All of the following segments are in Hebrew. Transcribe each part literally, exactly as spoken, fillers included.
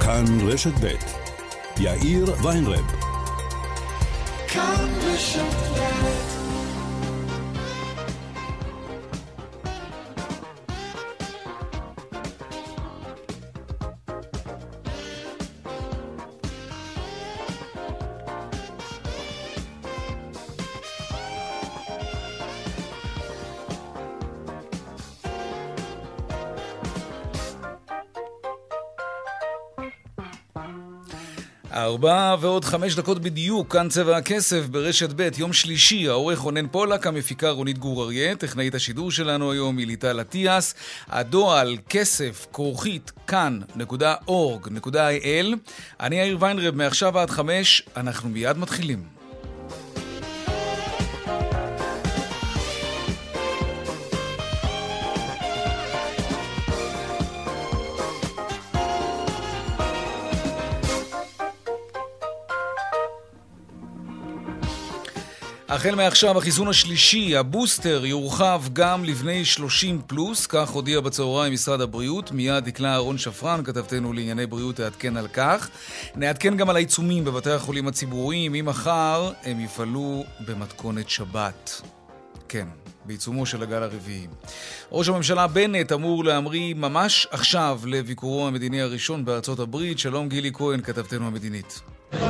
כאן רשת ב' יאיר ויינרב. כאן רשת ב'. ארבע ועוד חמש דקות בדיוק, כאן צבע הכסף ברשת ב', יום שלישי, העורך רונן פולק, המפיקה רונית גור אריה, טכנאית השידור שלנו היום היא ליטל אטיאס, הדואל כסף כרוכית כאן נקודה אורג נקודה איי אל. אני יאיר ויינרב, מעכשיו עד חמש, אנחנו מיד מתחילים. החל מעכשיו החיסון השלישי, הבוסטר, יורחב גם לבני שלושים פלוס, כך הודיע בצהריים משרד הבריאות. מיד דקלה אהרון שפרן, כתבתנו לענייני בריאות, תעדכן על כך. נעדכן גם על העיצומים בבתי החולים הציבוריים, ממחר הם יפעלו במתכונת שבת. כן, בעיצומו של הגל הרביעי. ראש הממשלה בנט אמור להמריא ממש עכשיו לביקורו המדיני הראשון בארצות הברית. שלום גילי כהן, כתבתנו המדינית.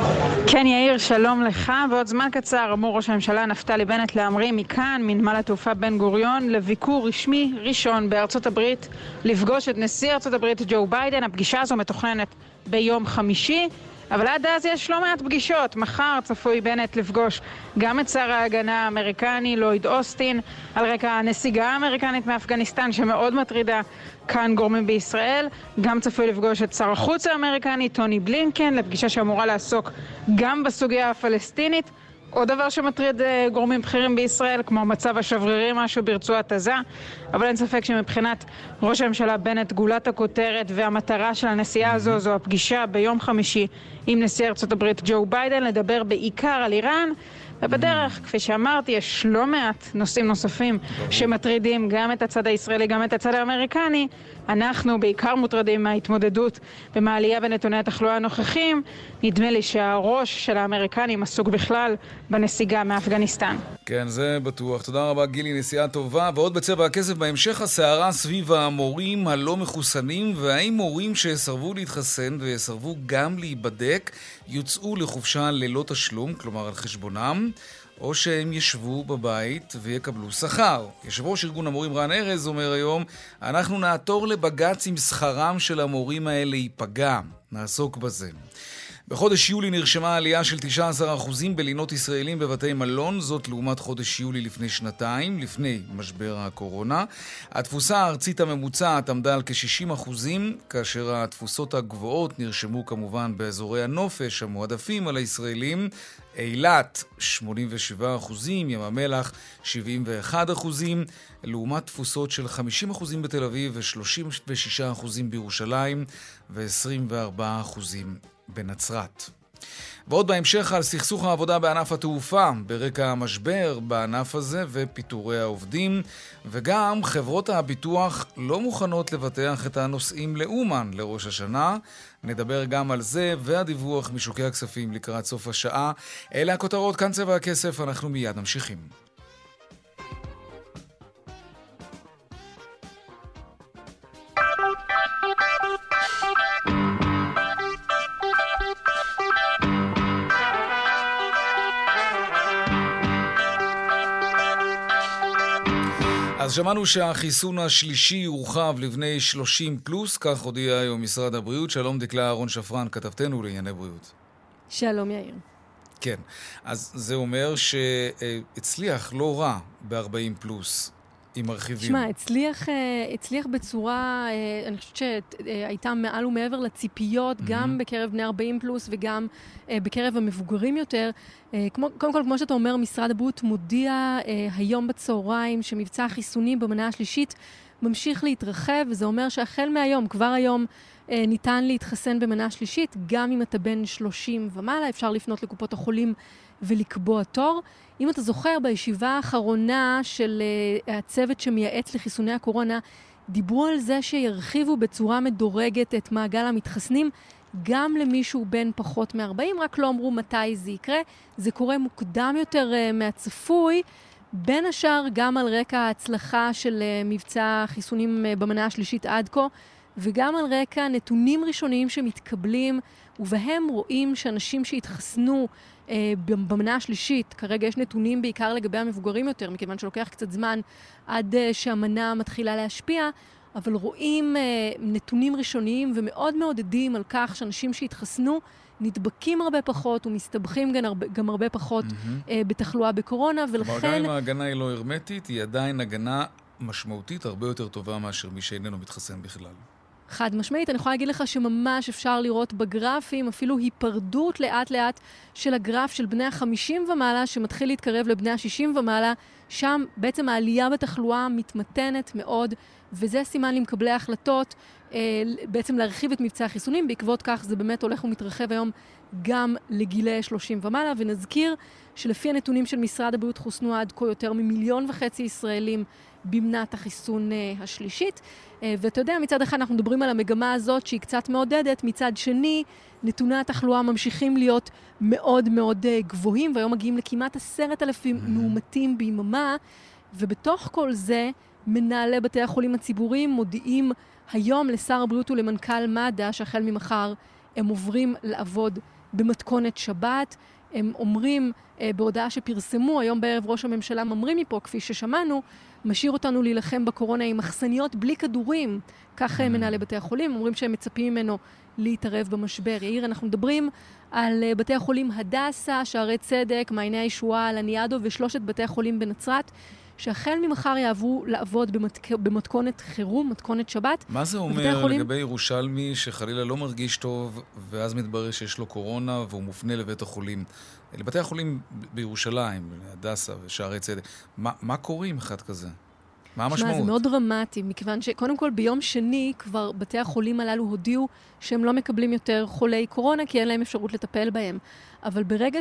כן יאיר, שלום לך. בעוד זמן קצר אמור ראש הממשלה נפתלי בנט להמריא מכאן, מנמל התעופה בן גוריון, לביקור רשמי ראשון בארצות הברית, לפגוש את נשיא ארצות הברית ג'ו ביידן. הפגישה הזו מתוכננת ביום חמישי, אבל עד אז יש לא מעט פגישות. מחר צפוי בנט לפגוש גם את שר ההגנה האמריקני לויד אוסטין, על רקע הנסיגה האמריקנית מאפגניסטן שמאוד מטרידה כאן גורמים בישראל. גם צפוי לפגוש את שר החוץ האמריקני טוני בלינקן, לפגישה שאמורה לעסוק גם בסוגיה הפלסטינית. עוד דבר שמטריד גורמים בכירים בישראל, כמו מצב השברירי משהו ברצועת עזה. אבל אין ספק שמבחינת ראש הממשלה בנט, גולת הכותרת והמטרה של הנסיעה הזו זו הפגישה ביום חמישי עם נשיא ארצות הברית ג'ו ביידן, לדבר בעיקר על איראן. ובדרך, כפי שאמרתי, יש לא מעט נושאים נוספים שמטרידים גם את הצד הישראלי, גם את הצד האמריקני. אנחנו בעיקר מוטרדים מההתמודדות במעלייה בנתוני התחלואה הנוכחים. נדמה לי שהראש של האמריקנים עסוק בכלל בנסיגה מאפגניסטן. כן, זה בטוח. תודה רבה גילי, נסיעה טובה. ועוד בצבע הכסף בהמשך, הסערה סביב המורים הלא מחוסנים, והאם מורים שסרבו להתחסן וסרבו גם להיבדק יוצאו לחופשה ללא תשלום, כלומר על חשבונם, או שהם ישבו בבית ויקבלו שכר. יושב ראש ארגון המורים רן ארז אומר היום, אנחנו נעתור לבג"ץ אם שכרם של המורים האלה ייפגע. נעסוק בזה. בחודש יולי נרשמה עלייה של תשעה עשר אחוזים בלינות ישראלים בבתי מלון, זאת לעומת חודש יולי לפני שנתיים, לפני משבר הקורונה. התפוסה הארצית הממוצעת עמדה על כ-שישים אחוזים, כאשר התפוסות הגבוהות נרשמו כמובן באזורי הנופש המועדפים על הישראלים. אילת שמונים ושבעה אחוזים, ים המלח שבעים ואחד אחוזים, לעומת תפוסות של חמישים אחוזים בתל אביב ו-שלושים ושישה אחוזים בירושלים ו-עשרים וארבעה אחוזים בנצרת. ועוד בהמשך על סכסוך העבודה בענף התעופה, ברקע המשבר בענף הזה ופיטורי העובדים, וגם חברות הביטוח לא מוכנות לבטח את הנוסעים לאומן לראש השנה. נדבר גם על זה והדיווח משוקי הכספים לקראת סוף השעה. אלה הכותרות, כאן צבע הכסף, אנחנו מיד ממשיכים. אז שמענו שהחיסון השלישי יורחב לבני שלושים פלוס, כך הודיע היום משרד הבריאות. שלום דקלה אהרון שפרן, כתבתנו לענייני בריאות. שלום יאיר. כן, אז זה אומר שהצליח לא רע ב-ארבעים פלוס עם מרחיבים. שמע, הצליח, הצליח בצורה, אני חושבת שהייתה מעל ומעבר לציפיות, mm-hmm. גם בקרב בני ארבעים פלוס וגם בקרב המבוגרים יותר. כמו, קודם כל, כמו שאתה אומר, משרד הבריאות מודיע היום בצהריים שמבצע החיסונים במנה השלישית ממשיך להתרחב, וזה אומר שהחל מהיום, כבר היום, ניתן להתחסן במנה השלישית, גם אם אתה בן שלושים ומעלה, אפשר לפנות לקופות החולים ולקבוע תור. אם אתה זוכר, בישיבה האחרונה של uh, הצוות שמייעץ לחיסוני הקורונה, דיברו על זה שירחיבו בצורה מדורגת את מעגל המתחסנים גם למישהו בין פחות מ-ארבעים, רק לא אמרו מתי זה יקרה. זה קורה מוקדם יותר uh, מהצפוי, בין השאר גם על רקע ההצלחה של uh, מבצע חיסונים uh, במנה השלישית עד כה, וגם על רקע נתונים ראשוניים שמתקבלים, ובהם רואים שאנשים שהתחסנו uh, במנה השלישית, כרגע יש נתונים בעיקר לגבי המבוגרים יותר, מכיוון שלוקח קצת זמן עד uh, שהמנה מתחילה להשפיע, אבל רואים uh, נתונים ראשוניים ומאוד מעודדים על כך שאנשים שהתחסנו נדבקים הרבה פחות ומסתבכים גם הרבה, גם הרבה פחות mm-hmm. uh, בתחלואה בקורונה, ולכן... גם אם ההגנה היא לא הרמטית, היא עדיין הגנה משמעותית הרבה יותר טובה מאשר מי שאיננו מתחסן בכלל. חד משמעית, אני יכולה להגיד לך שממש אפשר לראות בגרפים, אפילו היפרדות לאט לאט של הגרף של בני ה-חמישים ומעלה, שמתחיל להתקרב לבני ה-שישים ומעלה, שם בעצם העלייה בתחלואה מתמתנת מאוד, וזה סימן למקבלי ההחלטות, אה, בעצם להרחיב את מבצע החיסונים, בעקבות כך זה באמת הולך ומתרחב היום גם לגילי שלושים ומעלה, ונזכיר שלפי הנתונים של משרד הבריאות חוסנו עד כה יותר ממיליון וחצי ישראלים במנת החיסון אה, השלישית, אה, ואתה יודע, מצד אחד אנחנו מדברים על המגמה הזאת שהיא קצת מעודדת, מצד שני נתוני התחלואה ממשיכים להיות מאוד מאוד אה, גבוהים, והיום מגיעים לכמעט עשרת אלפים mm-hmm. מאומתים ביממה, ובתוך כל זה מנהלי בתי החולים הציבוריים מודיעים היום לשר הבריאות ולמנכ"ל מד"א שהחל ממחר הם עוברים לעבוד במתכונת שבת. הם אומרים אה, בהודעה שפרסמו, היום בערב ראש הממשלה ממרים מפה, כפי ששמענו, משאיר אותנו להילחם בקורונה עם מחסניות בלי כדורים. ככה הם מנהלי בתי החולים, אומרים שהם מצפים ממנו להתערב במשבר. יאיר, אנחנו מדברים על uh, בתי החולים הדסה, שערי צדק, מעייני הישועה, לניאדו ושלושת בתי החולים בנצרת, שהחל ממחר יעברו לעבוד במתק... במתכונת חירום, מתכונת שבת. מה זה אומר החולים... לגבי ירושלמי שחלילה לא מרגיש טוב, ואז מתברר שיש לו קורונה והוא מופנה לבית החולים? לבתי החולים בירושלים, הדסה ושערי צדק, מה, מה קורה עם אחד כזה? מה המשמעות? זה מאוד דרמטי, מכיוון שקודם כל ביום שני כבר בתי החולים הללו הודיעו שהם לא מקבלים יותר חולי קורונה, כי אין להם אפשרות לטפל בהם. אבל ברגע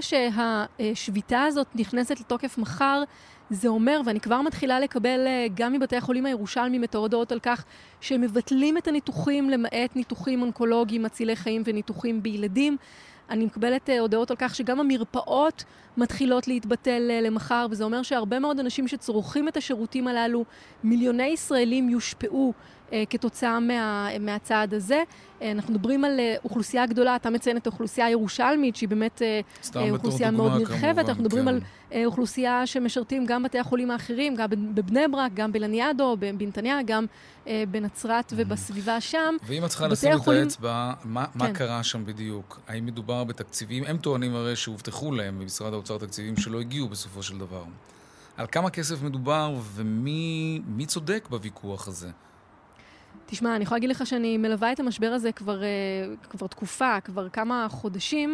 שהשביתה הזאת נכנסת לתוקף מחר, זה אומר, ואני כבר מתחילה לקבל גם מבתי החולים הירושלמים את ההודעות על כך שהם מבטלים את הניתוחים למעט ניתוחים אונקולוגיים, מצילי חיים וניתוחים בילדים. אני מקבלת הודעות על כך שגם המרפאות מתחילות להתבטל למחר, וזה אומר שהרבה מאוד אנשים שצורכים את השירותים הללו, מיליוני ישראלים יושפעו אה, כתוצאה מה, מהצעד הזה. אה, אנחנו מדברים על אה, אוכלוסייה גדולה, אתה מציין את האוכלוסייה הירושלמית, שהיא באמת אה, אה, אוכלוסייה מאוד נרחבת. אנחנו מדברים כן. על אה, אוכלוסייה שמשרתים גם בתי החולים האחרים, גם בבני ברק, גם בלניאדו, בנתניה, גם אה, בנצרת ובסביבה שם. ואם את צריכה לשים את האצבע, מה, כן. מה קרה שם בדיוק? האם מדובר בתקציבים? הם טוענים הרי שהובטחו להם במשרד האוצר תקציבים שלא הגיעו בסופו של דבר. על כמה כסף מדובר ומי מי צודק בוויכוח הזה? תשמע, אני יכולה להגיד לך שאני מלווה את המשבר הזה כבר, כבר תקופה, כבר כמה חודשים,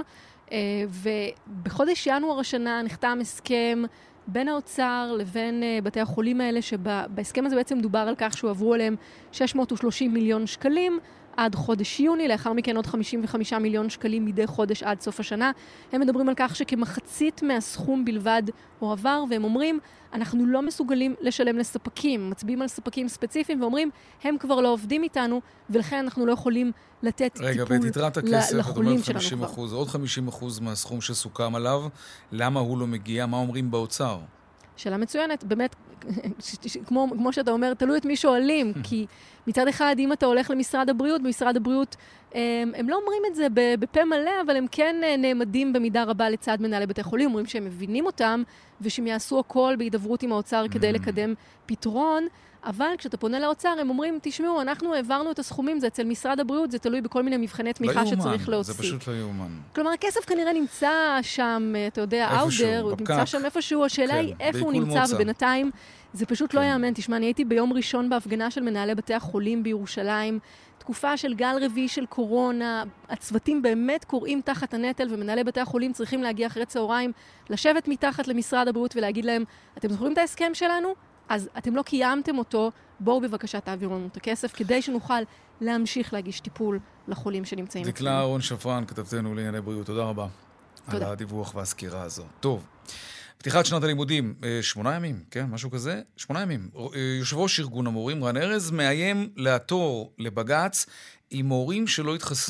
ובחודש ינואר השנה נחתם הסכם בין האוצר לבין בתי החולים האלה, שבהסכם הזה בעצם דובר על כך שהועברו עליהם שש מאות ושלושים מיליון שקלים, עד חודש יוני, לאחר מכן עוד חמישים וחמישה מיליון שקלים מדי חודש עד סוף השנה. הם מדברים על כך שכמחצית מהסכום בלבד הועבר, והם אומרים, אנחנו לא מסוגלים לשלם לספקים, מצביעים על ספקים ספציפיים ואומרים, הם כבר לא עובדים איתנו, ולכן אנחנו לא יכולים לתת רגע, טיפול ותתרת הכסף, לחולים שלנו חמישים אחוז, כבר. עוד חמישים אחוז מהסכום שסוכם עליו, למה הוא לא מגיע? מה אומרים באוצר? שאלה מצוינת, באמת, כמו, כמו שאתה אומר, תלוי את מי שואלים, כי מצד אחד, אם אתה הולך למשרד הבריאות, במשרד הבריאות, הם, הם לא אומרים את זה בפה מלא, אבל הם כן נעמדים במידה רבה לצד מנהלי בתי חולים, אומרים שהם מבינים אותם, ושהם יעשו הכל בהידברות עם האוצר כדי לקדם פתרון, אבל כשאתה פונה לאוצר, הם אומרים, תשמעו, אנחנו העברנו את הסכומים, זה אצל משרד הבריאות, זה תלוי בכל מיני מבחני תמיכה לא שצריך להוציא. זה פשוט לא יאומן. כלומר, הכסף כנראה נמצא שם, אתה יודע, אאודר, הוא נמצא שם איפשהו, השאלה כן, היא איפה הוא נמצא, מוצא. ובינתיים זה פשוט כן. לא יאמן. תשמע, אני הייתי ביום ראשון בהפגנה של מנהלי בתי החולים בירושלים, תקופה של גל רביעי של קורונה, הצוותים באמת קוראים תחת הנטל, ומנהלי בתי החולים צריכים להגיע אחרי צהריים, לשבת מתחת למשרד הבריאות ולהגיד להם, אתם זוכרים את ההסכם שלנו? אז אתם לא קיימתם אותו, בואו בבקשה תעבירו לנו את הכסף, כדי שנוכל להמשיך להגיש טיפול לחולים שנמצאים אצלנו. דקלה אהרון שפרן, כתבתנו לענייני בריאות, תודה רבה. תודה. על הדיווח והסקירה הזו. טוב, פתיחת שנת הלימודים, שמונה ימים, כן, משהו כזה? שמונה ימים. יושב ראש ארגון המורים, רן ארז, מאיים לעתור לבג"ץ עם מורים שלא התחסנו.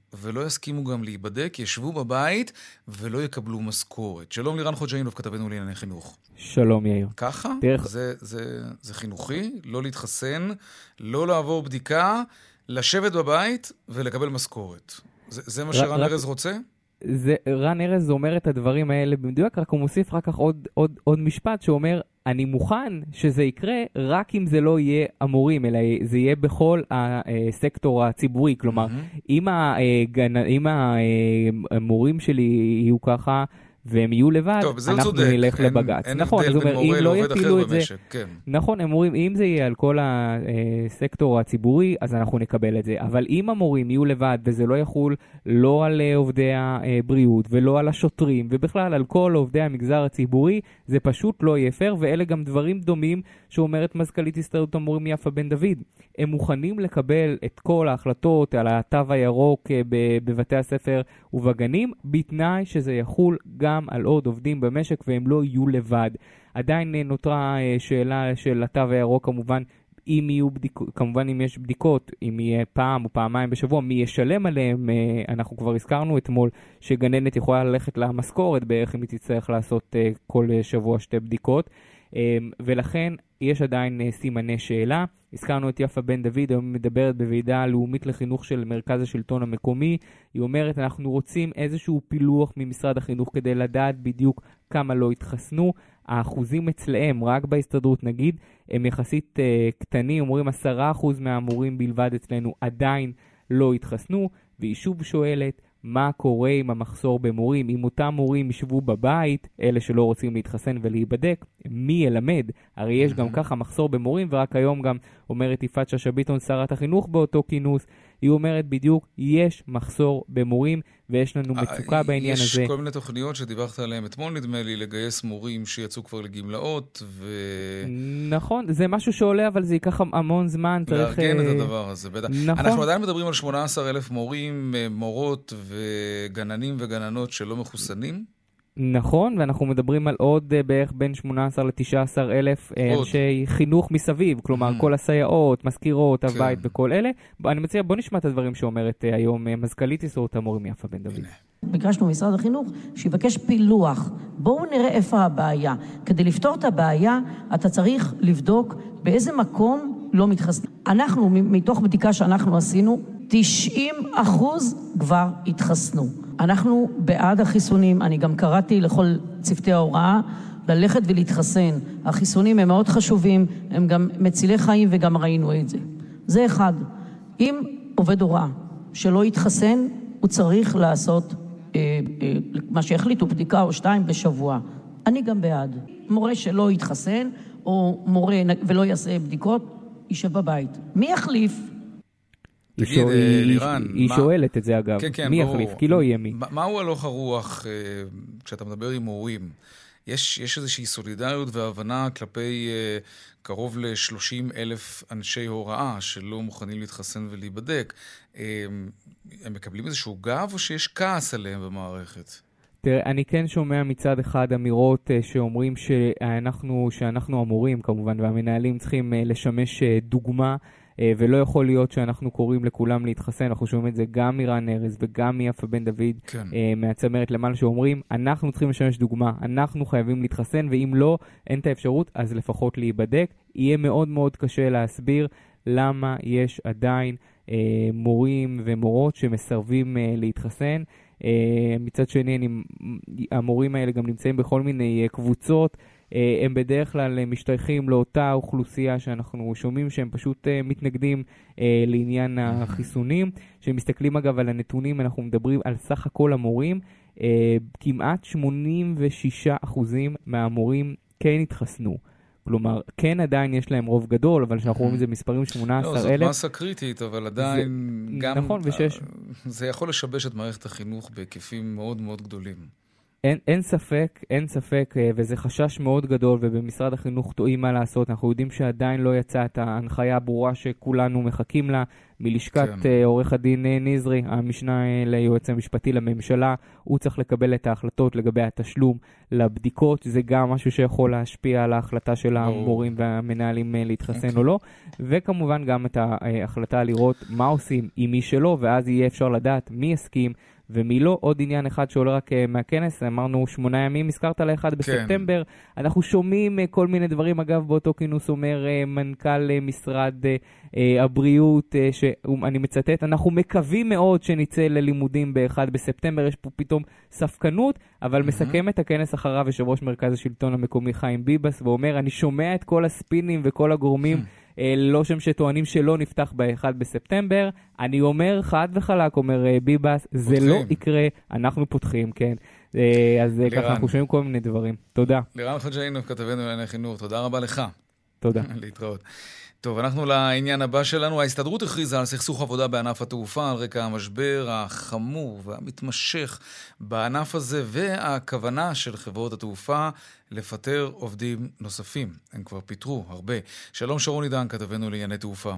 ולא יסכימו גם להיבדק, ישבו בבית ולא יקבלו משכורת. שלום לירן חוג'אינוב, כתבנו לענייני חינוך. שלום יאיר. ככה? דרך... זה, זה, זה חינוכי, לא להתחסן, לא לעבור בדיקה, לשבת בבית ולקבל משכורת. זה, זה מה שרן ארז רוצה? זה, רן ארז אומר את הדברים האלה במדויק, רק הוא מוסיף רק כך עוד, עוד, עוד משפט שאומר, אני מוכן שזה יקרה רק אם זה לא יהיה המורים, אלא זה יהיה בכל הסקטור הציבורי. כלומר, mm-hmm. אם, הגנ... אם המורים שלי יהיו ככה, והם יהיו לבד, טוב, אנחנו צודק. נלך אין, לבגץ. אין נכון, הבדל בין מורה לא לעובד אחר זה, במשק, כן. נכון, הם אומרים, אם זה יהיה על כל הסקטור הציבורי, אז אנחנו נקבל את זה. אבל אם המורים יהיו לבד, וזה לא יחול לא על עובדי הבריאות, ולא על השוטרים, ובכלל על כל עובדי המגזר הציבורי, זה פשוט לא יהיה פייר, ואלה גם דברים דומים שאומרת מזכ"לית הסתדרות המורים יפה בן דוד. הם מוכנים לקבל את כל ההחלטות על התו הירוק בבתי הספר ובגנים, בתנאי שזה יחול גם על עוד עובדים במשק והם לא יהיו לבד. עדיין נותרה שאלה של התו הירוק, כמובן, אם יהיו בדיקות, כמובן אם יש בדיקות, אם יהיה פעם או פעמיים בשבוע, מי ישלם עליהם. אנחנו כבר הזכרנו אתמול שגננת יכולה ללכת למשכורת בערך אם היא תצטרך לעשות כל שבוע שתי בדיקות. ולכן יש עדיין סימני שאלה. הזכרנו את יפה בן דוד, היום מדברת בוועידה לאומית לחינוך של מרכז השלטון המקומי. היא אומרת, אנחנו רוצים איזשהו פילוח ממשרד החינוך כדי לדעת בדיוק כמה לא התחסנו. האחוזים אצלהם, רק בהסתדרות נגיד, הם יחסית uh, קטנים, אומרים עשרה אחוז מהמורים בלבד אצלנו עדיין לא התחסנו, והיא שוב שואלת, מה קורה עם המחסור במורים? אם אותם מורים ישבו בבית, אלה שלא רוצים להתחסן ולהיבדק, מי ילמד? הרי יש גם ככה מחסור במורים, ורק היום גם אומרת יפעת שאשא ביטון, שרת החינוך באותו כינוס, היא אומרת בדיוק, יש מחסור במורים, ויש לנו מצוקה בעניין יש הזה. יש כל מיני תוכניות שדיווחת עליהן אתמול, נדמה לי, לגייס מורים שיצאו כבר לגמלאות, ו... נכון, זה משהו שעולה, אבל זה ייקח המון זמן. לארגן את הדבר הזה. נכון. אנחנו עדיין מדברים על שמונה עשר אלף מורים, מורות וגננים וגננות שלא מחוסנים? נכון, ואנחנו מדברים על עוד בערך בין שמונה עשר לתשע עשרה אלף אנשי חינוך מסביב, כלומר כל הסייעות, מזכירות, הבית וכל אלה. אני מציע, בוא נשמע את הדברים שאומרת היום מזכ"לית הסתדרות המורים יפה בן דוד. ביקשנו משרד החינוך שיבקש פילוח. בואו נראה איפה הבעיה. כדי לפתור את הבעיה, אתה צריך לבדוק באיזה מקום לא מתחסנים. אנחנו, מתוך בדיקה שאנחנו עשינו, תשעים אחוז כבר התחסנו. אנחנו בעד החיסונים, אני גם קראתי לכל צוותי ההוראה ללכת ולהתחסן. החיסונים הם מאוד חשובים, הם גם מצילי חיים וגם ראינו את זה. זה אחד. אם עובד הוראה שלא יתחסן, הוא צריך לעשות אה, אה, מה שהחליטו, בדיקה או שתיים בשבוע. אני גם בעד. מורה שלא יתחסן או מורה ולא יעשה בדיקות, יישב בבית. מי יחליף? תגיד, לירן, היא שואלת את זה אגב, מי יחליף? כי לא יהיה מי. מהו הלוך הרוח כשאתה מדבר עם הורים? יש איזושהי סולידריות והבנה כלפי קרוב ל-שלושים אלף אנשי הוראה שלא מוכנים להתחסן ולהיבדק. הם מקבלים איזשהו גב או שיש כעס עליהם במערכת? תראה, אני כן שומע מצד אחד אמירות שאומרים שאנחנו, שאנחנו המורים כמובן והמנהלים צריכים לשמש דוגמה, ולא יכול להיות שאנחנו קוראים לכולם להתחסן. אנחנו שומעים את זה גם מרן ארז וגם מיפה בן דוד, כן. מהצמרת למעלה, שאומרים, אנחנו צריכים לשמש דוגמה, אנחנו חייבים להתחסן, ואם לא, אין את האפשרות, אז לפחות להיבדק. יהיה מאוד מאוד קשה להסביר למה יש עדיין אה, מורים ומורות שמסרבים אה, להתחסן. אה, מצד שני, אני, המורים האלה גם נמצאים בכל מיני אה, קבוצות, הם בדרך כלל משתייכים לאותה אוכלוסייה שאנחנו שומעים שהם פשוט מתנגדים לעניין החיסונים. שמסתכלים אגב על הנתונים, אנחנו מדברים על סך הכל המורים, כמעט שמונים ושישה אחוזים מהמורים כן התחסנו. כלומר, כן עדיין יש להם רוב גדול, אבל שאנחנו רואים את זה מספרים שמונה עשר אלף. לא, זאת מסה קריטית, אבל עדיין גם... נכון, ושש... זה יכול לשבש את מערכת החינוך בהיקפים מאוד מאוד גדולים. אין, אין ספק, אין ספק, וזה חשש מאוד גדול, ובמשרד החינוך טועים מה לעשות. אנחנו יודעים שעדיין לא יצאה את ההנחיה הברורה שכולנו מחכים לה, מלשכת כן. עורך הדין נזרי, המשנה ליועץ המשפטי לממשלה. הוא צריך לקבל את ההחלטות לגבי התשלום לבדיקות, זה גם משהו שיכול להשפיע על ההחלטה של המורים והמנהלים להתחסן או לא, וכמובן גם את ההחלטה לראות מה עושים עם מי שלא, ואז יהיה אפשר לדעת מי יסכים, ומי לא. עוד עניין אחד שעולה רק מהכנס, אמרנו שמונה ימים, הזכרת לאחד בספטמבר, כן. אנחנו שומעים כל מיני דברים, אגב באותו כינוס אומר מנכ"ל משרד הבריאות, שאני מצטט, אנחנו מקווים מאוד שניצא ללימודים באחד בספטמבר, יש פה פתאום ספקנות, אבל mm-hmm. מסכם את הכנס אחריו יושב ראש מרכז השלטון המקומי חיים ביבס, ואומר, אני שומע את כל הספינים וכל הגורמים, mm-hmm. לא שם שטוענים שלא נפתח ב-אחד בספטמבר, אני אומר חד וחלק, אומר ביבס, זה פותחים. לא יקרה, אנחנו פותחים, כן. אז לירן. ככה אנחנו שומעים כל מיני דברים. תודה. לירן חג'אינוב, כתבנו לענייני חינוך, תודה רבה לך. תודה. להתראות. טוב, אנחנו לעניין הבא שלנו. ההסתדרות הכריזה על סכסוך עבודה בענף התעופה, על רקע המשבר החמור והמתמשך בענף הזה, והכוונה של חברות התעופה לפטר עובדים נוספים. הם כבר פיטרו הרבה. שלום שרון עידן, כתבנו לענייני תעופה.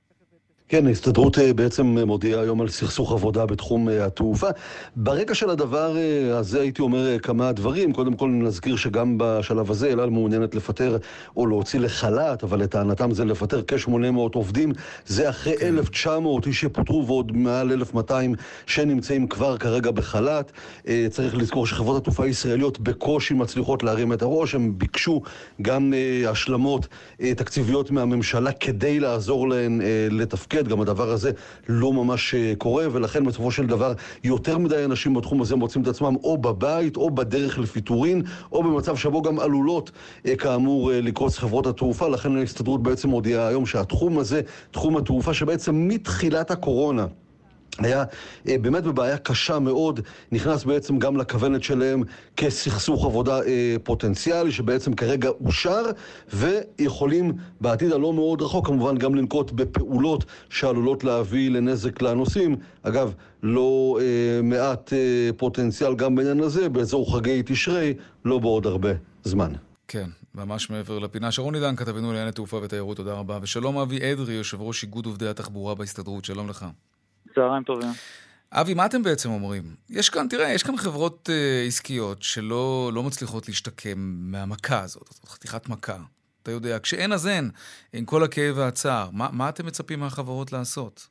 כן, ההסתדרות בעצם מודיעה היום על סכסוך עבודה בתחום התעופה. ברקע של הדבר הזה הייתי אומר כמה דברים. קודם כל נזכיר שגם בשלב הזה אל על מעוניינת לפטר או להוציא לחל"ת, אבל לטענתם זה לפטר כ-שמונה מאות עובדים. זה אחרי כן. אלף תשע מאות איש שפוטרו ועוד מעל אלף מאתיים שנמצאים כבר כרגע בחל"ת. צריך לזכור שחברות התעופה הישראליות בקושי מצליחות להרים את הראש. הם ביקשו גם השלמות תקציביות מהממשלה כדי לעזור להן לתפקד. גם הדבר הזה לא ממש קורה, ולכן בסופו של דבר יותר מדי אנשים בתחום הזה מוצאים את עצמם או בבית או בדרך לפיטורין, או במצב שבו גם עלולות כאמור לקרוס חברות התעופה. לכן ההסתדרות בעצם הודיעה היום שהתחום הזה, תחום התעופה שבעצם מתחילת הקורונה היה באמת בבעיה קשה מאוד, נכנס בעצם גם לכוונת שלהם כסכסוך עבודה פוטנציאלי שבעצם כרגע אושר, ויכולים בעתיד הלא מאוד רחוק כמובן גם לנקוט בפעולות שעלולות להביא לנזק לנוסעים. אגב, לא מעט פוטנציאל גם בעניין הזה באזור חגי תשרי, לא בעוד הרבה זמן. כן, ממש מעבר לפינה. שרון עידן, כתבנו לענייני תעופה ותיירות, תודה רבה. ושלום אבי אדרי, יושב ראש איגוד עובדי התחבורה בהסתדרות, שלום לך. צהריים טובים. אבי, מה אתם בעצם אומרים? יש כאן, תראה, יש כאן חברות uh, עסקיות שלא לא מצליחות להשתקם מהמכה הזאת, זאת חתיכת מכה. אתה יודע, כשאין אז אין, עם כל הכאב והצער, מה, מה אתם מצפים מהחברות לעשות?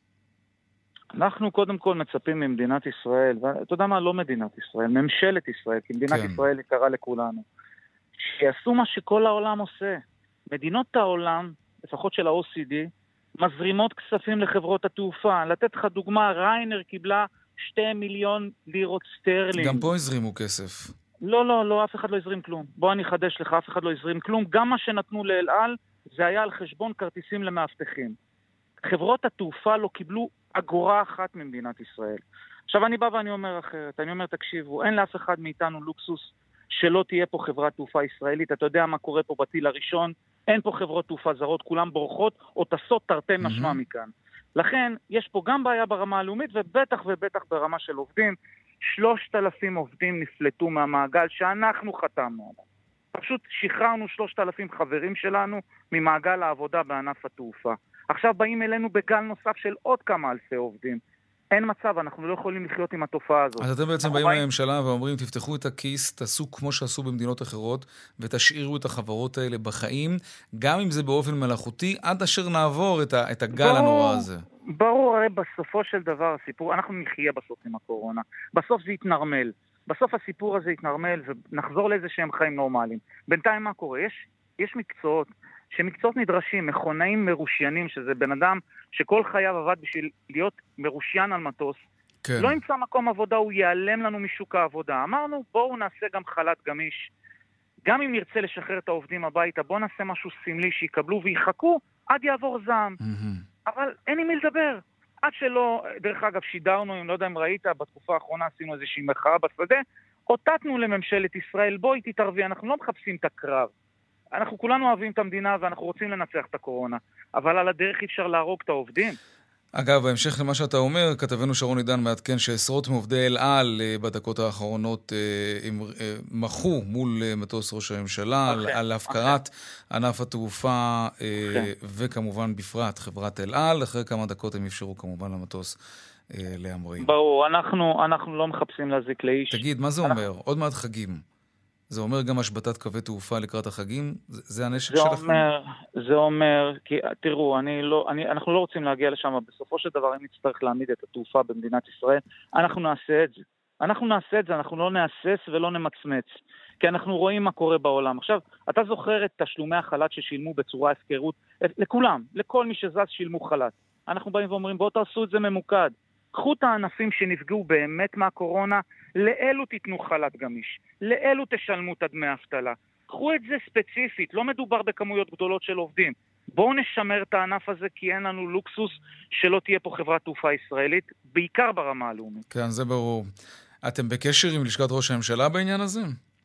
אנחנו קודם כל מצפים ממדינת ישראל, ואתה יודע מה, לא מדינת ישראל, ממשלת ישראל, כי מדינת כן. ישראל יקרה לכולנו, שיעשו מה שכל העולם עושה. מדינות העולם, לפחות של ה-או סי די, מזרימות כספים לחברות התעופה. לתת לך דוגמה, ריינר קיבלה שתי מיליון לירות סטרלינג. גם פה הזרימו כסף. לא, לא, לא, אף אחד לא הזרים כלום. בוא אני אחדש לך, אף אחד לא הזרים כלום. גם מה שנתנו לאל על, זה היה על חשבון כרטיסים למאבטחים. חברות התעופה לא קיבלו אגורה אחת ממדינת ישראל. עכשיו אני בא ואני אומר אחרת, אני אומר תקשיבו, אין לאף אחד מאיתנו לוקסוס שלא תהיה פה חברת תעופה ישראלית. אתה יודע מה קורה פה בטיל הראשון? אין פה חברות תעופה זרות, כולם בורחות או טסות תרתי משמע mm-hmm. מכאן. לכן יש פה גם בעיה ברמה הלאומית ובטח ובטח ברמה של עובדים. שלושת אלפים עובדים נפלטו מהמעגל שאנחנו חתמנו עליו. פשוט שחררנו שלושת אלפים חברים שלנו ממעגל העבודה בענף התעופה. עכשיו באים אלינו בגל נוסף של עוד כמה אלפי עובדים. אין מצב, אנחנו לא יכולים לחיות עם התופעה הזאת. אז אתם בעצם באים לממשלה ואומרים, תפתחו את הכיס, תעשו כמו שעשו במדינות אחרות, ותשאירו את החברות האלה בחיים, גם אם זה באופן מלאכותי, עד אשר נעבור את, ה- את הגל ברור, הנורא הזה. ברור, הרי בסופו של דבר, הסיפור, אנחנו נחיה בסוף עם הקורונה. בסוף זה יתנרמל. בסוף הסיפור הזה יתנרמל, ונחזור לאיזה שהם חיים נורמליים. בינתיים מה קורה? יש, יש מקצועות, שמקצועות נדרשים, מכונאים מרושיינים, שזה בן אדם שכל חייו עבד בשביל להיות מרושיין על מטוס, כן. לא ימצא מקום עבודה, הוא ייעלם לנו משוק העבודה. אמרנו, בואו נעשה גם חל"ת גמיש. גם אם נרצה לשחרר את העובדים הביתה, בואו נעשה משהו סמלי שיקבלו ויחכו עד יעבור זעם. Mm-hmm. אבל אין עם מי לדבר. עד שלא, דרך אגב, שידרנו, אם לא יודע אם ראית, בתקופה האחרונה עשינו איזושהי מחאה בשדה, אותתנו לממשלת ישראל, בואי תתערבי, אנחנו לא מחפשים את הקרב. אנחנו כולנו אוהבים את המדינה ואנחנו רוצים לנצח את הקורונה, אבל על הדרך אי אפשר להרוג את העובדים. אגב, בהמשך למה שאתה אומר, כתבנו שרון עידן מעדכן שעשרות מעובדי אל על בדקות האחרונות הם מחו מול מטוס ראש הממשלה על הפקרת ענף התעופה וכמובן בפרט חברת אל על. אחרי כמה דקות הם אפשרו כמובן למטוס להמריא. ברור, אנחנו, אנחנו לא מחפשים להזיק לאיש. תגיד, מה זה אומר? עוד מעט חגים. זה אומר גם השבתת קווי תעופה לקראת החגים? זה, זה הנשק שלכם? אומר, זה אומר, כי תראו, אני לא, אני, אנחנו לא רוצים להגיע לשם, בסופו של דבר, אם נצטרך להעמיד את התעופה במדינת ישראל, אנחנו נעשה את זה. אנחנו נעשה את זה, אנחנו לא נאסס ולא נמצמץ. כי אנחנו רואים מה קורה בעולם. עכשיו, אתה זוכר את תשלומי החל"ת ששילמו בצורה הפקרות? לכולם, לכל מי שזז שילמו חל"ת. אנחנו באים ואומרים, בואו תעשו את זה ממוקד. קחו את הענפים שנפגעו באמת מהקורונה, לאלו תיתנו חל"ת גמיש, לאלו תשלמו את דמי האבטלה. קחו את זה ספציפית, לא מדובר בכמויות גדולות של עובדים. בואו נשמר את הענף הזה, כי אין לנו לוקסוס שלא תהיה פה חברת תעופה ישראלית, בעיקר ברמה הלאומית. כן, זה ברור. אתם בקשר עם לשכת ראש הממשלה בעניין הזה?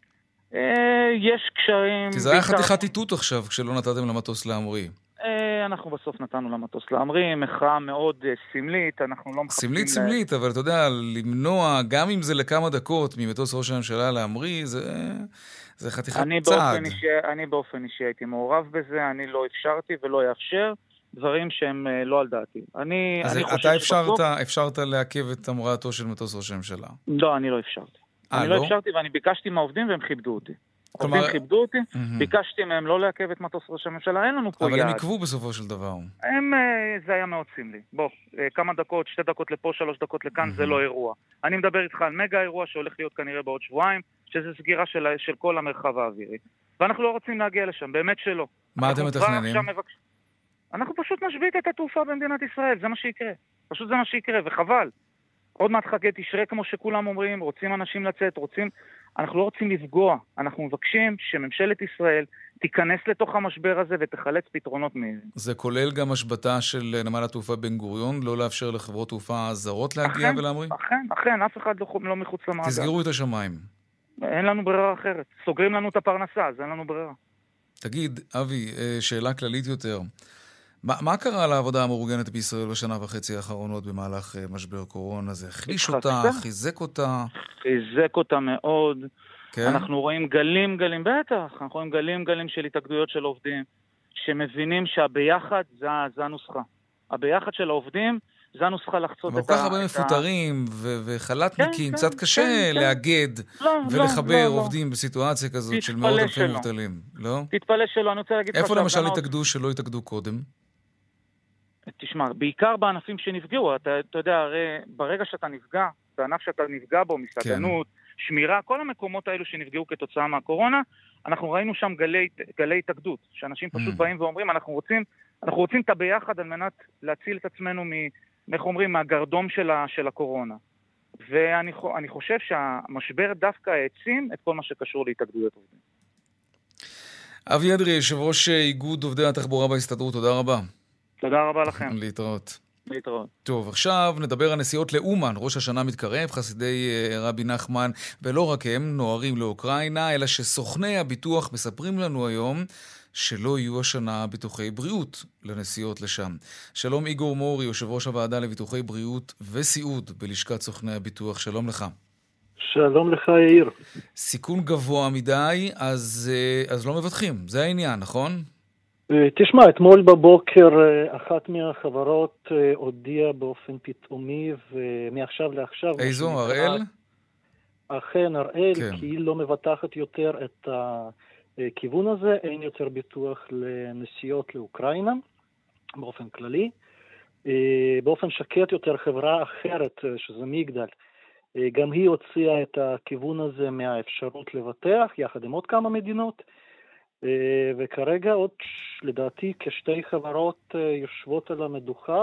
יש קשרים... כי זה היה חתיכת איתות עכשיו, כשלא נתתם למטוס להמריא. אנחנו בסוף נתנו למטוס להמריא, מחאה מאוד סמלית, אנחנו לא מחפשים... סמלית, סמלית, אבל אתה יודע, למנוע, גם אם זה לכמה דקות ממטוס ראש הממשלה להמריא, זה, זה חתיכת צעד. אני באופן אישי הייתי מעורב בזה, אני לא אפשרתי ולא יאפשר דברים שהם לא על דעתי. אני, אז אני אתה אפשרת, אפשרת לעכב את המראתו של מטוס ראש הממשלה? לא, אני לא אפשרתי. אני לא אפשרתי ואני ביקשתי מהעובדים והם כיבדו אותי. עובדים כיבדו אותי, ביקשתי מהם לא לעכב את מטוס ראש הממשלה, אין לנו פה יעד. אבל הם עקבו בסופו של דבר. הם, זה היה מאוד סמלי. בוא, כמה דקות, שתי דקות לפה, שלוש דקות לכאן, זה לא אירוע. אני מדבר איתך על מגה אירוע שהולך להיות כנראה בעוד שבועיים, שזה סגירה של, של כל המרחב האווירי. ואנחנו לא רוצים להגיע לשם, באמת שלא. מה אתם מתכננים? מבקש... אנחנו פשוט נשבית את התעופה במדינת ישראל, זה מה שיקרה. פשוט זה מה שיקרה, וחבל. עוד מעט חגי תשרה, כמו שכולם אומרים, רוצים אנשים לצאת, רוצים... אנחנו לא רוצים לפגוע, אנחנו מבקשים שממשלת ישראל תיכנס לתוך המשבר הזה ותחלץ פתרונות מזה. זה כולל גם השבתה של נמל התעופה בן גוריון, לא לאפשר לחברות תעופה זרות להגיע אכן, ולהמריא? אכן, אכן, אף אחד לא, לא מחוץ למעגל. תסגרו את השמיים. אין לנו ברירה אחרת. סוגרים לנו את הפרנסה, אז אין לנו ברירה. תגיד, אבי, שאלה כללית יותר. מה, מה קרה לעבודה המאורגנת בישראל בשנה וחצי האחרונות במהלך משבר קורונה? זה החליש אותה, חיזק אותה? חיזק אותה מאוד. כן? אנחנו רואים גלים גלים, בטח, אנחנו רואים גלים גלים של התאגדויות של עובדים, שמבינים שהביחד זה, זה הנוסחה. הביחד של העובדים זה הנוסחה לחצות את ה... כל כך הרבה מפוטרים ו- וחלטניקים, קצת קשה לאגד ולחבר עובדים בסיטואציה כזאת של מאות אלפי מובטלים, לא? תתפלא שלא, אני רוצה להגיד... איפה למשל התאגדו שלא התאגדו קודם? תשמע, בעיקר בענפים שנפגעו, אתה, אתה יודע, הרי ברגע שאתה נפגע, בענף שאתה נפגע בו, מסעדנות, כן. שמירה, כל המקומות האלו שנפגעו כתוצאה מהקורונה, אנחנו ראינו שם גלי, גלי התאגדות, שאנשים פשוט mm. באים ואומרים, אנחנו רוצים, אנחנו רוצים את הביחד על מנת להציל את עצמנו מ, איך אומרים, מהגרדום של, ה, של הקורונה. ואני אני חושב שהמשבר דווקא העצים את כל מה שקשור להתאגדויות עובדים. אבי אדרי, יושב ראש איגוד עובדי התחבורה בהסתדרות, תודה רבה. תודה רבה לכם. להתראות. להתראות. טוב, עכשיו נדבר על נסיעות לאומן. ראש השנה מתקרב, חסידי רבי נחמן, ולא רק הם נוערים לאוקראינה, אלא שסוכני הביטוח מספרים לנו היום שלא יהיו השנה ביטוחי בריאות לנסיעות לשם. שלום איגור מורי, יושב ראש הוועדה לביטוחי בריאות וסיעוד בלשכת סוכני הביטוח. שלום לך. שלום לך יאיר. סיכון גבוה מדי, אז, אז לא מבטחים. זה העניין, נכון? תשמע, אתמול בבוקר אחת מהחברות הודיעה באופן פתאומי ומעכשיו לעכשיו... איזו, הראל? אכן, הראל, כן. כי היא לא מבטחת יותר את הכיוון הזה, אין יותר ביטוח לנסיעות לאוקראינה, באופן כללי. באופן שקט יותר חברה אחרת, שזה מגדל, גם היא הוציאה את הכיוון הזה מהאפשרות לבטח, יחד עם עוד כמה מדינות, וכרגע עוד לדעתי כשתי חברות יושבות על המדוכה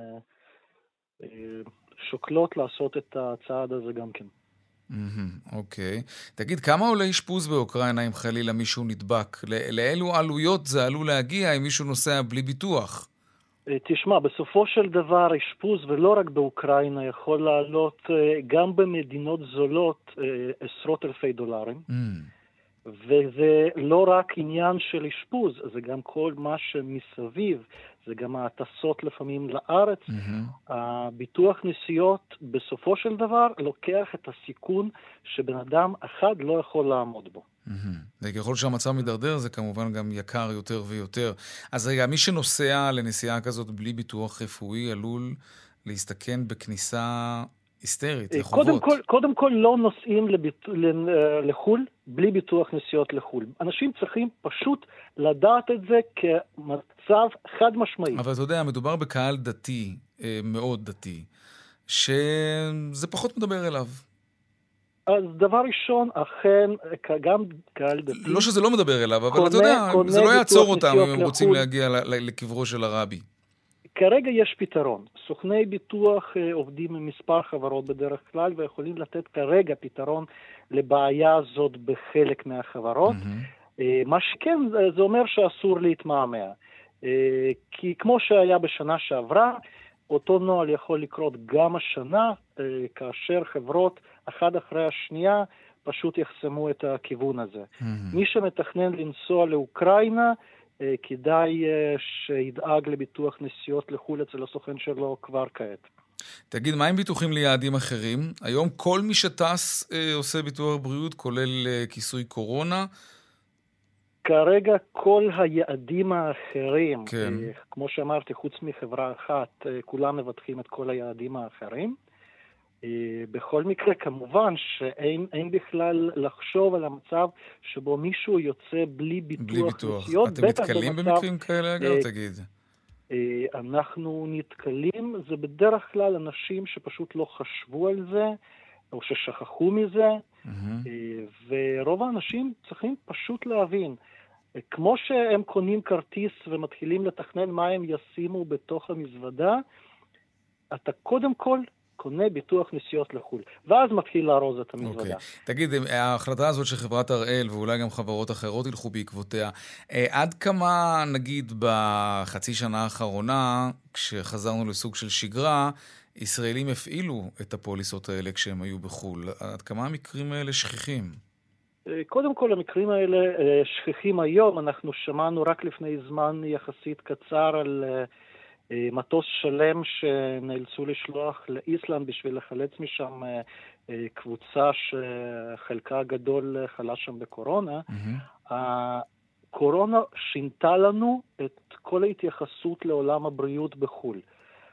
ושוקלות לעשות את הצעד הזה גם כן. אוקיי. תגיד, כמה עולה אשפוז באוקראינה אם חלילה מישהו נדבק? לאילו עלויות זה עלול להגיע אם מישהו נוסע בלי ביטוח? תשמע, בסופו של דבר אשפוז ולא רק באוקראינה יכול לעלות גם במדינות זולות עשרות אלפי דולרים. וזה לא רק עניין של אשפוז, זה גם כל מה שמסביב, זה גם הטסות לפעמים לארץ. Mm-hmm. הביטוח נסיעות בסופו של דבר לוקח את הסיכון שבן אדם אחד לא יכול לעמוד בו. Mm-hmm. וככל שהמצב מדרדר זה כמובן גם יקר יותר ויותר. אז רגע, מי שנוסע לנסיעה כזאת בלי ביטוח רפואי עלול להסתכן בכניסה היסטרית, לחובות. קודם כל, קודם כל לא נוסעים לביט... לחול בלי ביטוח נסיעות לחול. אנשים צריכים פשוט לדעת את זה כמצב חד משמעי. אבל אתה יודע, מדובר בקהל דתי, מאוד דתי, שזה פחות מדבר אליו. אז דבר ראשון, אכן, גם קהל דתי... לא שזה לא מדבר אליו, אבל אתה יודע, זה לא יעצור אותם אם הם רוצים להגיע לקברו של הרבי. כרגע יש פתרון. סוכני ביטוח עובדים עם מספר חברות בדרך כלל, ויכולים לתת כרגע פתרון לבעיה הזאת בחלק מהחברות. Mm-hmm. מה שכן, זה אומר שאסור להתמהמה. כי כמו שהיה בשנה שעברה, אותו נוהל יכול לקרות גם השנה, כאשר חברות אחד אחרי השנייה פשוט יחסמו את הכיוון הזה. Mm-hmm. מי שמתכנן לנסוע לאוקראינה, כדאי שידאג לביטוח נסיעות לחו"ל אצל הסוכן שלו כבר כעת. תגיד, מה עם ביטוחים ליעדים אחרים? היום כל מי שטס אה, עושה ביטוח בריאות, כולל אה, כיסוי קורונה? כרגע כל היעדים האחרים, כן. אה, כמו שאמרתי, חוץ מחברה אחת, אה, כולם מבטחים את כל היעדים האחרים. בכל מקרה, כמובן שאין אין בכלל לחשוב על המצב שבו מישהו יוצא בלי ביטוח. בלי ביטוח. אתם נתקלים במצב, במקרים כאלה, אגב? אה, תגיד. אה, אנחנו נתקלים, זה בדרך כלל אנשים שפשוט לא חשבו על זה, או ששכחו מזה, mm-hmm. אה, ורוב האנשים צריכים פשוט להבין. אה, כמו שהם קונים כרטיס ומתחילים לתכנן מה הם ישימו בתוך המזוודה, אתה קודם כל קונה ביטוח נסיעות לחו"ל, ואז מתחיל לארוז את המזוודה. Okay. תגיד, ההחלטה הזאת של חברת הראל, ואולי גם חברות אחרות ילכו בעקבותיה, עד כמה, נגיד, בחצי שנה האחרונה, כשחזרנו לסוג של שגרה, ישראלים הפעילו את הפוליסות האלה כשהם היו בחו"ל? עד כמה המקרים האלה שכיחים? קודם כל, המקרים האלה שכיחים היום. אנחנו שמענו רק לפני זמן יחסית קצר על מטוס שלם שנאלצו לשלוח לאיסלנד בשביל לחלץ משם קבוצה שחלקה הגדול חלה שם בקורונה. Mm-hmm. הקורונה שינתה לנו את כל ההתייחסות לעולם הבריאות בחו"ל.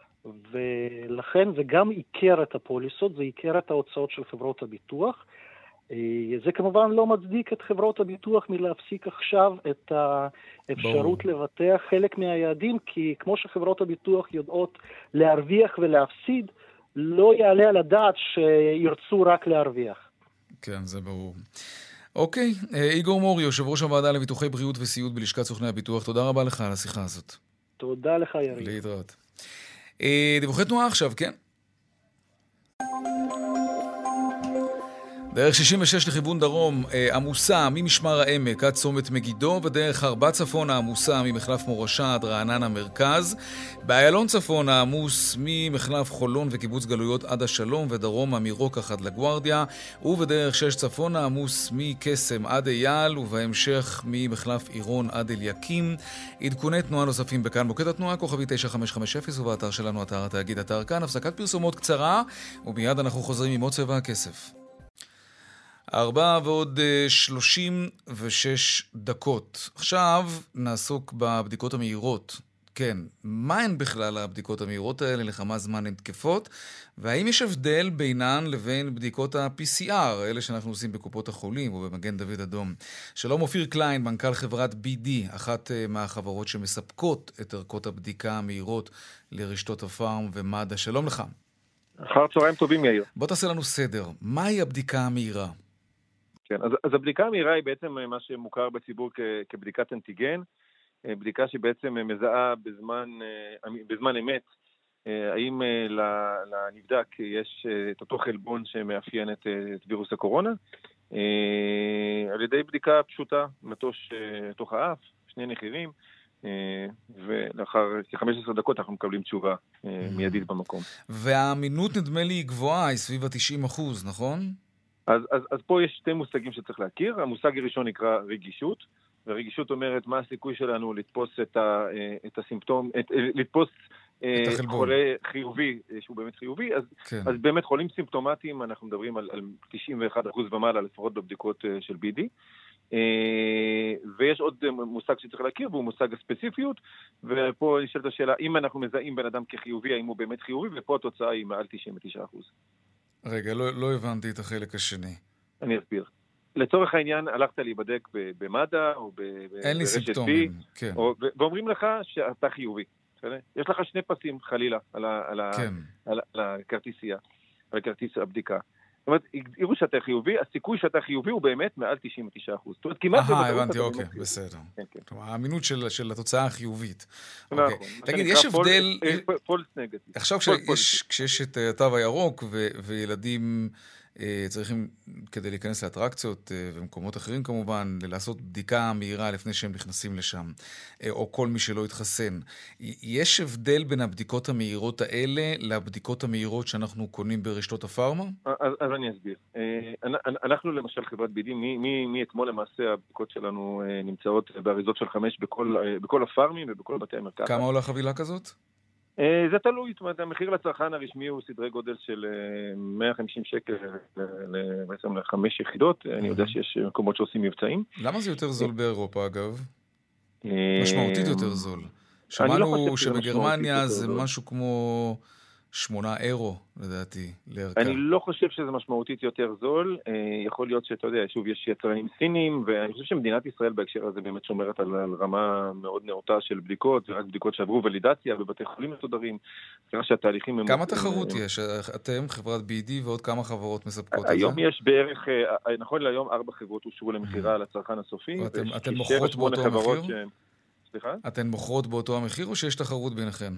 ולכן זה גם עיקר את הפוליסות, זה עיקר את ההוצאות של חברות הביטוח. זה כמובן לא מצדיק את חברות הביטוח מלהפסיק עכשיו את האפשרות בוא. לבטח חלק מהיעדים, כי כמו שחברות הביטוח יודעות להרוויח ולהפסיד, לא יעלה על הדעת שירצו רק להרוויח. כן, זה ברור. אוקיי, איגור מורי, יושב ראש הוועדה לביטוחי בריאות וסיעוד בלשכת סוכני הביטוח, תודה רבה לך על השיחה הזאת. תודה לך, יריב. להתראות. דיווחי תנועה עכשיו, כן? דרך שישים ושש לכיוון דרום עמוסה ממשמר העמק עד צומת מגידו, ודרך ארבע צפון העמוסה ממחלף מורשה עד רעננה מרכז. באיילון צפון העמוס ממחלף חולון וקיבוץ גלויות עד השלום, ודרומה מרוקח עד לגוארדיה, ובדרך שש צפון העמוס מקסם עד אייל, ובהמשך ממחלף עירון עד אליקים. עדכוני תנועה נוספים בכאן מוקד התנועה כוכבי תשע חמש חמש אפס, ובאתר שלנו אתר התאגיד אתר כאן. הפסקת פרסומות קצרה ומיד אנחנו חוזרים עם עוד צבע הכסף. ארבע ועוד שלושים ושש דקות. עכשיו נעסוק בבדיקות המהירות. כן, מה הן בכלל הבדיקות המהירות האלה, לכמה זמן הן תקפות, והאם יש הבדל בינן לבין בדיקות ה-פי סי אר, אלה שאנחנו עושים בקופות החולים או במגן דוד אדום. שלום אופיר קליין, מנכ"ל חברת בי די, אחת מהחברות שמספקות את ערכות הבדיקה המהירות לרשתות הפארם ומד"א. שלום לך. אחר צהריים טובים, יאיר. בוא תעשה לנו סדר. מהי הבדיקה המהירה? כן, אז, אז הבדיקה המהירה היא בעצם מה שמוכר בציבור כ, כבדיקת אנטיגן, בדיקה שבעצם מזהה בזמן, בזמן אמת, האם לנבדק יש את אותו חלבון שמאפיין את, את וירוס הקורונה, על ידי בדיקה פשוטה, מטוש תוך האף, שני נחירים, ולאחר כ-חמש עשרה דקות אנחנו מקבלים תשובה מיידית במקום. והאמינות נדמה לי גבוהה, היא סביב ה-תשעים אחוז, נכון? אז, אז, אז פה יש שתי מושגים שצריך להכיר. המושג הראשון נקרא רגישות, ורגישות אומרת מה הסיכוי שלנו לתפוס את, ה, את הסימפטום, את, לתפוס את חולה חיובי, שהוא באמת חיובי, אז, כן. אז באמת חולים סימפטומטיים, אנחנו מדברים על, על תשעים ואחד אחוז ומעלה, לפחות בבדיקות של בי די. ויש עוד מושג שצריך להכיר, והוא מושג הספציפיות, ופה נשאלת השאלה, אם אנחנו מזהים בן אדם כחיובי, האם הוא באמת חיובי, ופה התוצאה היא מעל תשעים ותשעה אחוז. רגע, לא, לא הבנתי את החלק השני. אני אסביר. לצורך העניין, הלכת להיבדק במד"א, או אין לי סימפטומים, כן. או, ואומרים לך שאתה חיובי. יש לך שני פסים, חלילה, על, על, כן. על, על הכרטיסייה, על הכרטיס הבדיקה. זאת אומרת, יראו שאתה חיובי, הסיכוי שאתה חיובי הוא באמת מעל תשעים ותשעה אחוז. זאת אומרת, כמעט... אה, הבנתי, אוקיי, בסדר. כלומר, האמינות של התוצאה החיובית. תגיד, יש הבדל... פולס נגטיב. עכשיו כשיש את התו הירוק וילדים צריכים, כדי להיכנס לאטרקציות ומקומות אחרים כמובן, לעשות בדיקה מהירה לפני שהם נכנסים לשם, או כל מי שלא יתחסן. יש הבדל בין הבדיקות המהירות האלה לבדיקות המהירות שאנחנו קונים ברשתות הפארמה? אז, אז אני אסביר. אנחנו למשל חברת בי די, מאתמול למעשה הבדיקות שלנו נמצאות באריזות של חמש בכל, בכל הפארמים ובכל בתי המרקחת. כמה עולה חבילה כזאת? זה תלוי, זאת אומרת, המחיר לצרכן הרשמי הוא סדרי גודל של מאה וחמישים שקל בעצם לחמש יחידות, אני יודע שיש מקומות שעושים מבצעים. למה זה יותר זול באירופה אגב? משמעותית יותר זול. שמענו שבגרמניה זה משהו כמו שמונה אירו, לדעתי, לערכה. אני לא חושב שזה משמעותית יותר זול. יכול להיות שאתה יודע, שוב, יש יצרנים סינים, ואני חושב שמדינת ישראל בהקשר הזה באמת שומרת על, על רמה מאוד נאותה של בדיקות, ורק בדיקות שעברו ולידציה בבתי חולים מסודרים. ככה שהתהליכים... כמה תחרות יש? אתם, חברת בי די ועוד כמה חברות מספקות את זה? היום יש בערך, נכון להיום, ארבע חברות אושרו למחירה לצרכן הסופי. אתן מוכרות באותו המחיר? סליחה? אתן מוכרות באותו המחיר או שיש תחרות ביניכן?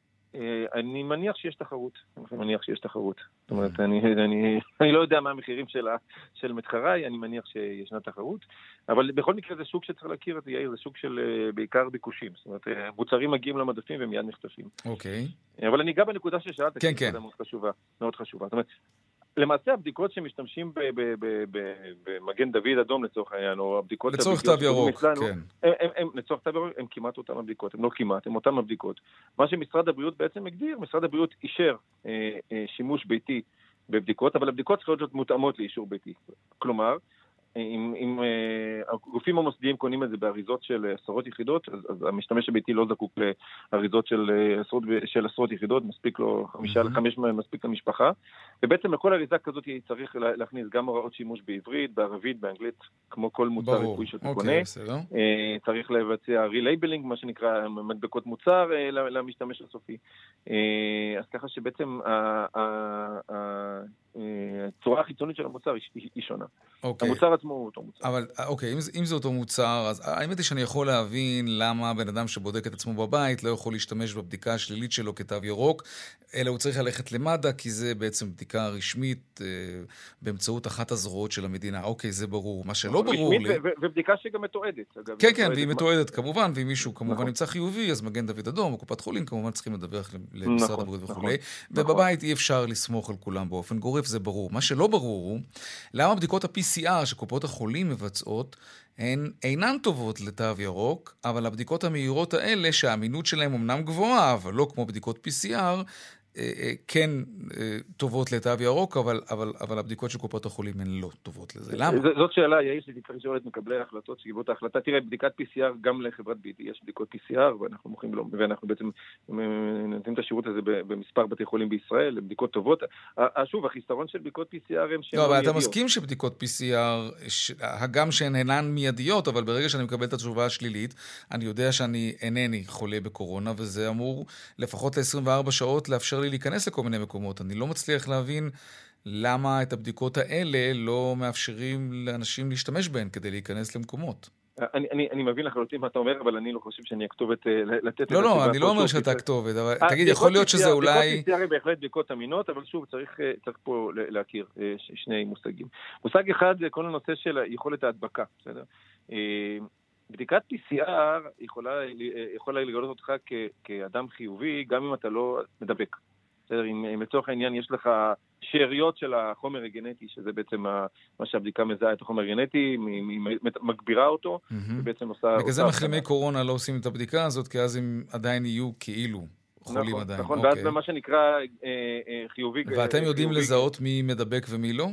אני מניח שיש תחרות. אני מניח שיש תחרות. זאת אומרת, אני, אני, אני לא יודע מה המחירים של, של מתחריי, אני מניח שישנה תחרות. אבל בכל מקרה זה שוק שצריך להכיר את יאיר, זה שוק של בעיקר ביקושים. זאת אומרת, מוצרים מגיעים למדפים ומיד נחטפים. אוקיי. אבל אני אגע בנקודה ששאלת, כן, כן. מאוד חשובה, מאוד חשובה. זאת אומרת, למעשה הבדיקות שמשתמשים במגן דוד אדום לצורך העניין, או הבדיקות... לצורך תו ירוק, כן. לצורך תו ירוק, הם כמעט אותם הבדיקות, הם לא כמעט, הם אותם הבדיקות. מה שמשרד הבריאות בעצם הגדיר, משרד הבריאות אישר שימוש ביתי בבדיקות, אבל הבדיקות צריכות להיות מותאמות לאישור ביתי. כלומר, אם, אם uh, הגופים המוסדיים קונים את זה באריזות של עשרות יחידות, אז, אז המשתמש הביתי לא זקוק לאריזות של עשרות, של עשרות יחידות, מספיק לו חמישה mm-hmm. לחמש מספיק למשפחה, ובעצם לכל אריזה כזאת צריך להכניס גם הוראות שימוש בעברית, בערבית, באנגלית, כמו כל מוצר רפואי שאתה okay, קונה. uh, צריך לבצע רילייבלינג, מה שנקרא מדבקות מוצר uh, למשתמש הסופי. Uh, אז ככה שבעצם הצורה החיצונית של המוצר היא, היא שונה. Okay. המוצר עצמו הוא אותו מוצר. אבל, אוקיי, אם, אם זה אותו מוצר, אז האמת היא שאני יכול להבין למה בן אדם שבודק את עצמו בבית לא יכול להשתמש בבדיקה השלילית שלו כתו ירוק, אלא הוא צריך ללכת למד"א, כי זה בעצם בדיקה רשמית אה, באמצעות אחת הזרועות של המדינה. אוקיי, זה ברור. מה שלא ברור לי... ו- ו- ובדיקה שגם מתועדת. אגב, כן, כן, והיא מתועדת כמובן, ואם מישהו כמובן נמצא חיובי, אז מגן דוד אדום, או קופת חולים, כמובן צריכים לדווח למשרד הבריאות וכו'. ובבית אי אפשר לסמוך על כולם באופן גורף, זה ברור. מה שלא ברור הוא, למה בדיקות ה-פי סי אר שקופות החולים מבצעות, הן אינן טובות לתו ירוק, אבל הבדיקות המהירות האלה, שהאמינות שלהן אמנם גבוהה, אבל לא כמו בדיקות פי סי אר, כן טובות לתו ירוק, אבל, אבל, אבל הבדיקות של קופות החולים הן לא טובות לזה. למה? זאת שאלה, יאיר, שתצטרך לשאול את מקבלי ההחלטות, שגיבו את ההחלטה. תראה, בדיקת פי סי אר גם לחברת בי די, יש בדיקות פי סי אר, ואנחנו מוכרים לו, ואנחנו בעצם נותנים את השירות הזה במספר בתי חולים בישראל, בדיקות טובות. שוב, החיסרון של בדיקות פי סי אר הם שהן לא, אבל אתה מסכים שבדיקות פי סי אר, הגם שהן אינן מיידיות, אבל ברגע שאני מקבל את התשובה השלילית, אני יודע שאני אינני חולה בקורונה, וזה אמור לפחות ל-עשרים וארבע שעות לאפשר לי להיכנס לכל מיני מקומות. אני לא מצליח להבין למה את הבדיקות האלה לא מאפשרים לאנשים להשתמש בהן כדי להיכנס למקומות. אני, אני, אני מבין לחלוטין מה אתה אומר, אבל אני לא חושב שאני הכתובת לתת... לא, לא, אני לא אומר שאתה הכתובת, אבל תגיד, יכול להיות שזה אולי... בדיקות פי סי אר היא בהחלט בדיקות אמינות, אבל שוב, צריך, צריך פה להכיר שני מושגים. מושג אחד זה כל הנושא של יכולת ההדבקה, בסדר? בדיקת פי סי אר יכולה, יכולה לגלות אותך כ, כאדם חיובי, גם אם אתה לא מדבק. אם, אם לצורך העניין יש לך שאריות של החומר הגנטי, שזה בעצם מה שהבדיקה מזהה את החומר הגנטי, מגבירה אותו, ובעצם עושה... בגלל זה מחלימי קורונה לא עושים את הבדיקה הזאת, כי אז הם עדיין יהיו כאילו חולים עדיין. נכון, ואז במה שנקרא חיובי... ואתם יודעים לזהות מי מדבק ומי לא?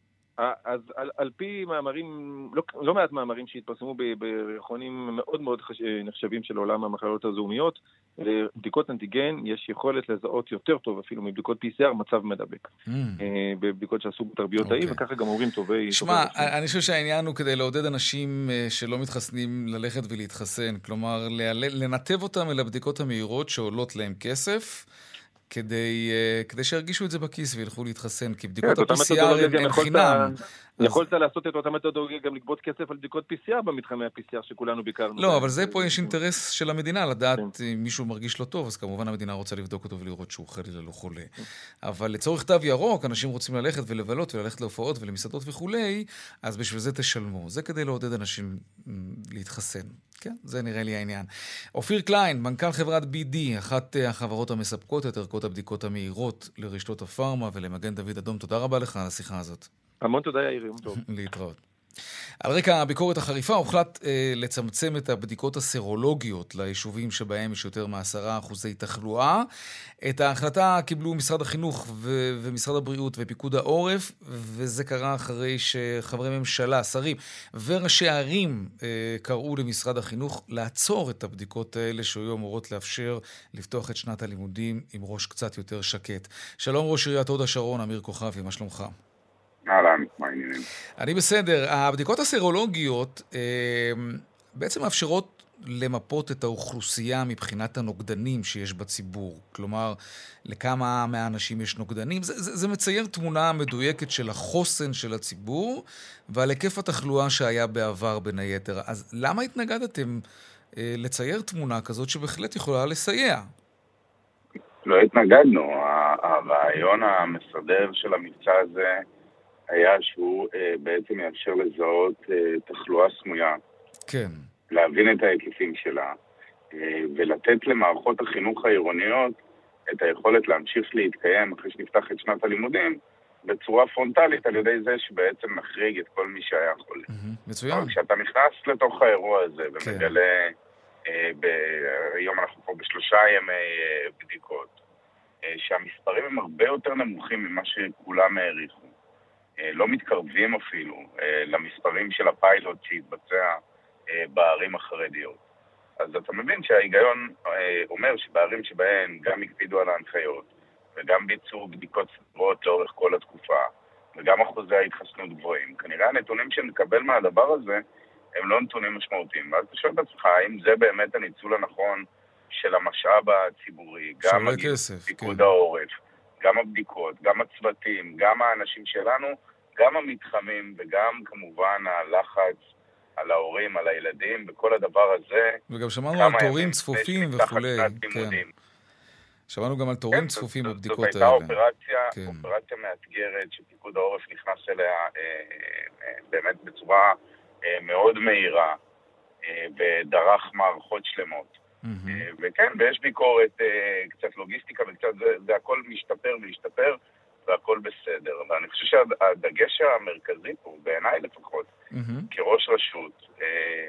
אז על, על פי מאמרים, לא, לא מעט מאמרים שהתפרסמו בירחונים מאוד מאוד חש... נחשבים של עולם המחלות הזיהומיות, לבדיקות אנטיגן יש יכולת לזהות יותר טוב אפילו מבדיקות פי סי אר מצב מדבק. Mm. בבדיקות שעשו בתרביות okay. האי, וככה גם אומרים טובי... שמע, אני חושב שהעניין הוא כדי לעודד אנשים שלא מתחסנים ללכת ולהתחסן, כלומר לנתב אותם אל הבדיקות המהירות שעולות להם כסף, כדי, כדי שירגישו את זה בכיס וילכו להתחסן, כי בדיקות ה-פי סי אר הן חינם. יכולת לעשות את אותה מתודולוגיה, גם לגבות כסף על בדיקות פי סי אר במתחמי ה-פי סי אר שכולנו ביקרנו. לא, אבל זה פה יש אינטרס של המדינה, לדעת אם מישהו מרגיש לא טוב, אז כמובן המדינה רוצה לבדוק אותו ולראות שהוא חלילה לא חולה. אבל לצורך תו ירוק, אנשים רוצים ללכת ולבלות וללכת להופעות ולמסעדות וכולי, אז בשביל זה תשלמו. זה כדי לעודד אנשים להתחסן. כן, זה נראה לי העניין. אופיר קליין, מנכ"ל חברת בי די, אחת החברות המספקות את ערכות הבדיקות המהירות לרשתות הפארמה ולמגן דוד אדום. תודה רבה לך על השיחה הזאת. המון תודה יאיר, יום טוב. להתראות. על רקע הביקורת החריפה הוחלט אה, לצמצם את הבדיקות הסרולוגיות ליישובים שבהם יש יותר מעשרה אחוזי תחלואה. את ההחלטה קיבלו משרד החינוך ו- ומשרד הבריאות ופיקוד העורף, וזה קרה אחרי שחברי ממשלה, שרים וראשי ערים אה, קראו למשרד החינוך לעצור את הבדיקות האלה שהיו אמורות לאפשר לפתוח את שנת הלימודים עם ראש קצת יותר שקט. שלום ראש עיריית הוד השרון, אמיר כוכבי, מה שלומך? אהלן, מה העניינים? אני בסדר. הבדיקות הסרולוגיות אה, בעצם מאפשרות למפות את האוכלוסייה מבחינת הנוגדנים שיש בציבור. כלומר, לכמה מהאנשים יש נוגדנים. זה, זה, זה מצייר תמונה מדויקת של החוסן של הציבור ועל היקף התחלואה שהיה בעבר בין היתר. אז למה התנגדתם אה, לצייר תמונה כזאת שבהחלט יכולה לסייע? לא התנגדנו. הרעיון המסדר של המבצע הזה היה שהוא אה, בעצם יאפשר לזהות אה, תחלואה סמויה. כן. להבין את ההיקפים שלה, אה, ולתת למערכות החינוך העירוניות את היכולת להמשיך להתקיים אחרי שנפתח את שנת הלימודים, בצורה פרונטלית על ידי זה שבעצם נחריג את כל מי שהיה חולה. Mm-hmm. מצוין. אבל כשאתה נכנס לתוך האירוע הזה ומגלה, כן. אה, ב- היום אנחנו פה בשלושה ימי אה, בדיקות, אה, שהמספרים הם הרבה יותר נמוכים ממה שכולם העריכו. לא מתקרבים אפילו למספרים של הפיילוט שהתבצע בערים החרדיות. אז אתה מבין שההיגיון אומר שבערים שבהן גם הקפידו על ההנחיות וגם ביצעו בדיקות סדרות לאורך כל התקופה וגם אחוזי ההתחסנות גבוהים, כנראה הנתונים שנקבל מהדבר הזה הם לא נתונים משמעותיים. ואז אתה שואל את עצמך, האם זה באמת הניצול הנכון של המשאב הציבורי, גם פיקוד העורף, גם הבדיקות, גם הצוותים, גם האנשים שלנו, גם המתחמים וגם כמובן הלחץ על ההורים, על הילדים, בכל הדבר הזה. וגם שמענו על תורים צפופים וכולי. כן. שמענו גם על תורים צפופים בבדיקות האלה. זאת הייתה אופרציה, כן. אופרציה מאתגרת שפיקוד העורף נכנס אליה אה, אה, באמת בצורה אה, מאוד מהירה אה, ודרך מערכות שלמות. Mm-hmm. אה, וכן, ויש ביקורת, אה, קצת לוגיסטיקה וקצת, זה, זה הכל משתפר ולהשתפר והכל בסדר. ואני חושב שהדגש המרכזי פה, בעיניי לפחות, mm-hmm. כראש רשות, אה,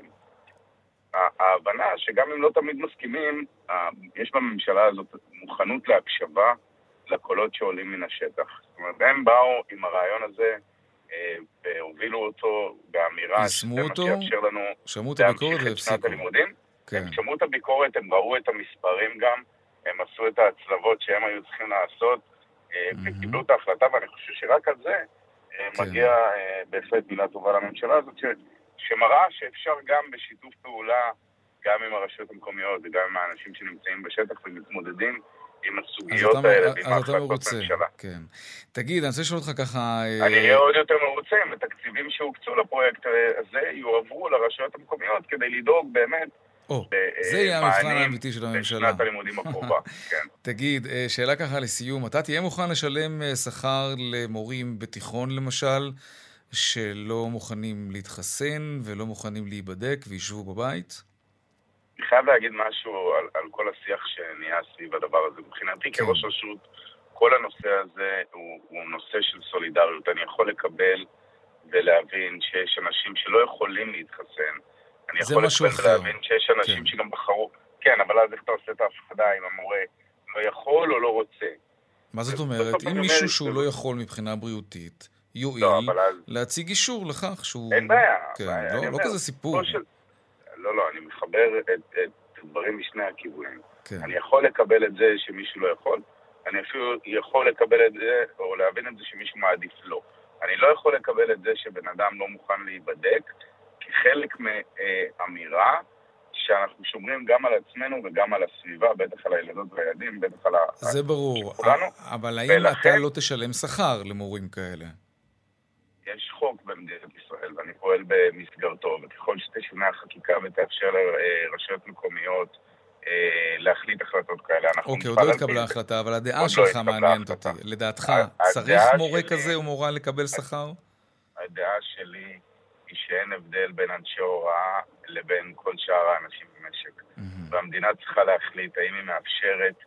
ההבנה שגם אם לא תמיד מסכימים, יש בממשלה הזאת מוכנות להקשבה לקולות שעולים מן השטח. זאת אומרת, הם באו עם הרעיון הזה והובילו אותו באמירה שזה מה שיאפשר לנו להמשיך את שנת הלימודים. הם שמעו את הביקורת, הם ראו את המספרים גם, הם עשו את ההצלבות שהם היו צריכים לעשות, וקיבלו את ההחלטה, ואני חושב שרק על זה מגיע בהחלט מילה טובה לממשלה הזאת, שמראה שאפשר גם בשיתוף פעולה, גם עם הרשויות המקומיות וגם עם האנשים שנמצאים בשטח ומתמודדים עם הסוגיות האלה ועם ההחלטות ממשלה. כן. תגיד, אני רוצה לשאול אותך ככה... אני אהיה עוד יותר מרוצה, התקציבים שהוקצו לפרויקט הזה יועברו לרשויות המקומיות כדי לדאוג באמת או, זה יהיה המבחן האמיתי של הממשלה. בשנת הלימודים הקרובה, כן. תגיד, שאלה ככה לסיום, אתה תהיה מוכן לשלם שכר למורים בתיכון למשל, שלא מוכנים להתחסן ולא מוכנים להיבדק וישבו בבית? אני חייב להגיד משהו על, על כל השיח שנהיה סביב הדבר הזה. מבחינתי כן. כראש רשות, כל הנושא הזה הוא, הוא נושא של סולידריות. אני יכול לקבל ולהבין שיש אנשים שלא יכולים להתחסן. אני יכול לקבל ולהבין שיש אנשים כן. שגם בחרו. כן, אבל אז איך אתה עושה את ההפחדה אם המורה לא יכול או לא רוצה? מה זאת אומרת? אם מישהו שהוא לא יכול מבחינה בריאותית, יועיל להציג אישור לכך שהוא... אין בעיה. כן, לא כזה סיפור. לא, לא, אני מחבר את דברים משני הכיוונים. אני יכול לקבל את זה שמישהו לא יכול, אני אפילו יכול לקבל את זה, או להבין את זה שמישהו מעדיף לא. אני לא יכול לקבל את זה שבן אדם לא מוכן להיבדק, כחלק מאמירה שאנחנו שומרים גם על עצמנו וגם על הסביבה, בטח על הילדות והילדים, בטח על ה... זה ברור, אבל האם אתה לא תשלם שכר למורים כאלה? יש חוק במדינת ישראל, ואני פועל במסגרתו, וככל שתשונה החקיקה ותאפשר לרשויות מקומיות להחליט החלטות כאלה. אוקיי, עוד לא התקבלה החלטה, אבל הדעה שלך מעניינת אותי. לדעתך, צריך מורה כזה או מורה לקבל שכר? הדעה שלי היא שאין הבדל בין אנשי הוראה לבין כל שאר האנשים במשק. והמדינה צריכה להחליט האם היא מאפשרת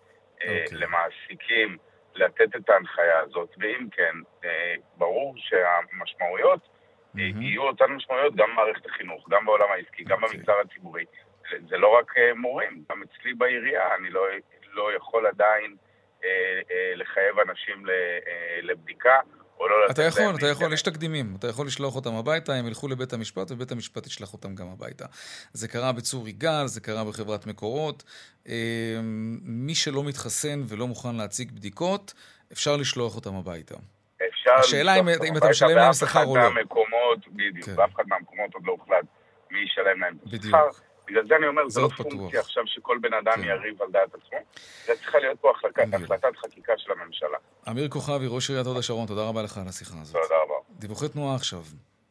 למעסיקים לתת את ההנחיה הזאת, ואם כן, ברור שהמשמעויות יהיו אותן משמעויות גם במערכת החינוך, גם בעולם העסקי, גם במגזר הציבורי. זה לא רק מורים, גם אצלי בעירייה, אני לא, לא יכול עדיין אה, אה, לחייב אנשים לבדיקה, או לא... אתה יכול, אתה יכול, יש תקדימים, אתה יכול לשלוח אותם הביתה, הם ילכו לבית המשפט, ובית המשפט ישלח אותם גם הביתה. זה קרה בצור יגאל, זה קרה בחברת מקורות, אה, מי שלא מתחסן ולא מוכן להציג בדיקות, אפשר לשלוח אותם הביתה. אפשר השאלה אם, אם אתה משלם להם שכר או לא. מהמקומות, בדיוק, כן. באף אחד מהמקומות עוד לא הוחלט מי ישלם להם את השכר. בגלל זה אני אומר, זו לא פונקציה עכשיו שכל בן אדם יריב על דעת עצמו. זה צריכה להיות פה החלטת חקיקה של הממשלה. אמיר כוכבי, ראש עיריית הוד השרון, תודה רבה לך על השיחה הזאת. תודה רבה. דיווחי תנועה עכשיו.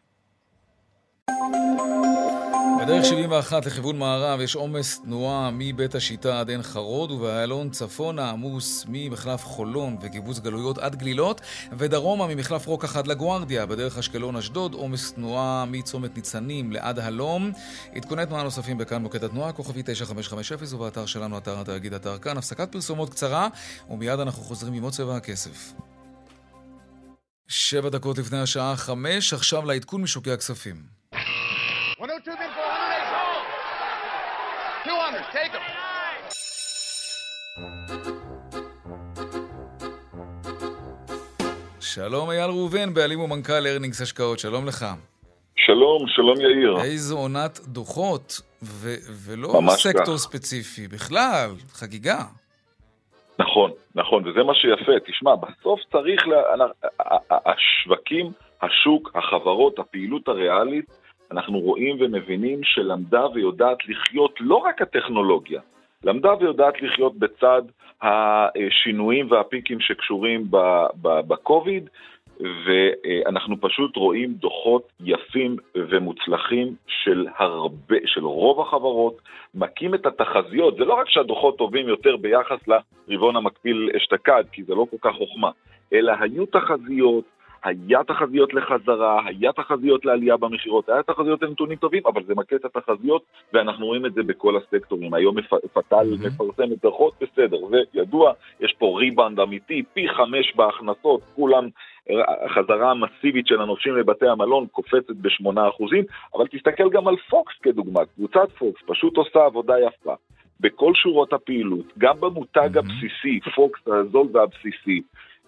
בדרך שבעים ואחת לכיוון מערב יש עומס תנועה מבית השיטה עד עין חרוד, ובאיילון צפונה עמוס ממחלף חולון וקיבוץ גלויות עד גלילות, ודרומה ממחלף רוקח עד לגוארדיה. בדרך אשקלון אשדוד עומס תנועה מצומת ניצנים לעד הלום. עדכוני תנועה נוספים בכאן מוקד התנועה, כוכבי תשע חמש חמש אפס, ובאתר שלנו, אתר התאגיד אתר כאן. הפסקת פרסומות קצרה, ומיד אנחנו חוזרים עם עוד צבע הכסף. שבע דקות לפני השעה חמש, עכשיו לעדכון משוקי הכספים. one oh two bid for one hundred eight. two hundred, take them. שלום אייל ראובן, בעלים ומנכ"ל ארנינגס השקעות, שלום לך. שלום, שלום יאיר. איזו עונת דוחות, ו- ולא סקטור כך. ספציפי, בכלל, חגיגה. נכון, נכון, וזה מה שיפה. תשמע, בסוף צריך, לה... השווקים, השוק, החברות, הפעילות הריאלית, אנחנו רואים ומבינים שלמדה ויודעת לחיות לא רק הטכנולוגיה, למדה ויודעת לחיות בצד השינויים והפיקים שקשורים בקוביד, ואנחנו פשוט רואים דוחות יפים ומוצלחים של הרבה, של רוב החברות, מקים את התחזיות. זה לא רק שהדוחות טובים יותר ביחס לרבעון המקביל אשתקד, כי זה לא כל כך חוכמה, אלא היו תחזיות, היה תחזיות לחזרה, היה תחזיות לעלייה במחירות, היה תחזיות לנתונים טובים, אבל זה מכה את התחזיות, ואנחנו רואים את זה בכל הסקטורים. היום פטל מפרסם את דוחות, בסדר, זה ידוע, יש פה ריבאונד אמיתי, פי חמש בהכנסות, כולם, החזרה המסיבית של הנופשים לבתי המלון קופצת בשמונה אחוזים, אבל תסתכל גם על פוקס כדוגמה, קבוצת פוקס פשוט עושה עבודה יפה, בכל שורות הפעילות, גם במותג הבסיסי, פוקס הזול והבסיסי,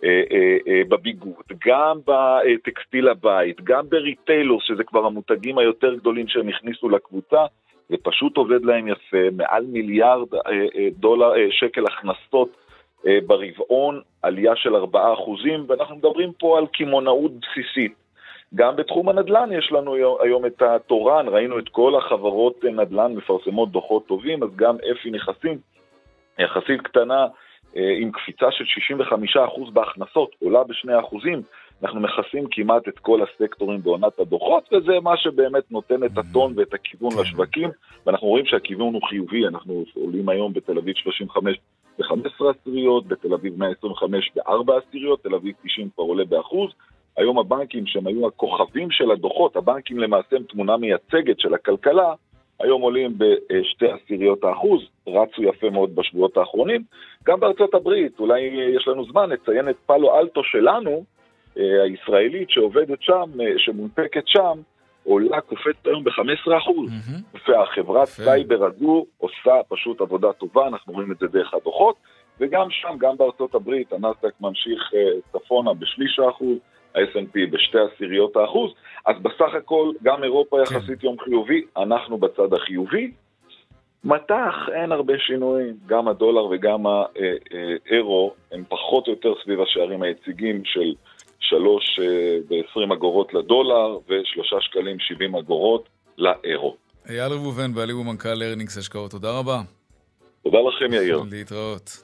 בביגוד, גם בטקסטיל הבית, גם בריטיילורס, שזה כבר המותגים היותר גדולים שהם הכניסו לקבוצה, זה פשוט עובד להם יפה, מעל מיליארד דולר, שקל הכנסות ברבעון, עלייה של ארבעה אחוזים, ואנחנו מדברים פה על כימונאות בסיסית. גם בתחום הנדל"ן יש לנו היום את התורן, ראינו את כל החברות נדל"ן מפרסמות דוחות טובים, אז גם אפי נכסים, יחסית קטנה, עם קפיצה של שישים וחמישה אחוז בהכנסות, עולה בשני אחוזים, אנחנו מכסים כמעט את כל הסקטורים בעונת הדוחות, וזה מה שבאמת נותן את הטון ואת הכיוון לשווקים, ואנחנו רואים שהכיוון הוא חיובי, אנחנו עולים היום בתל אביב שלושים וחמש ב-חמש עשרה עשיריות, בתל אביב מאה עשרים וחמש ב-ארבע עשיריות, תל אביב תשעים כבר עולה באחוז, היום הבנקים שהם היו הכוכבים של הדוחות, הבנקים למעשה תמונה מייצגת של הכלכלה, היום עולים בשתי עשיריות האחוז, רצו יפה מאוד בשבועות האחרונים. גם בארצות הברית, אולי יש לנו זמן, נציין את פאלו אלטו שלנו, הישראלית שעובדת שם, שמונפקת שם, עולה קופצת היום ב-חמישה עשר אחוז. Mm-hmm. והחברת סייבר הזו עושה פשוט עבודה טובה, אנחנו רואים את זה דרך הדוחות, וגם שם, גם בארצות הברית, הנאסד"ק ממשיך צפונה בשליש האחוז, ה-אס אנד פי בשתי עשיריות האחוז, אז בסך הכל גם אירופה יחסית יום חיובי, אנחנו בצד החיובי. מתח אין הרבה שינויים, גם הדולר וגם האירו הם פחות או יותר סביב השערים היציגים של שלוש ועשרים אגורות לדולר ושלושה שקלים שבעים אגורות לאירו. אייל רבובן, בעלים ומנכ"ל ארנינגס השקעות, תודה רבה. תודה לכם יאיר. להתראות.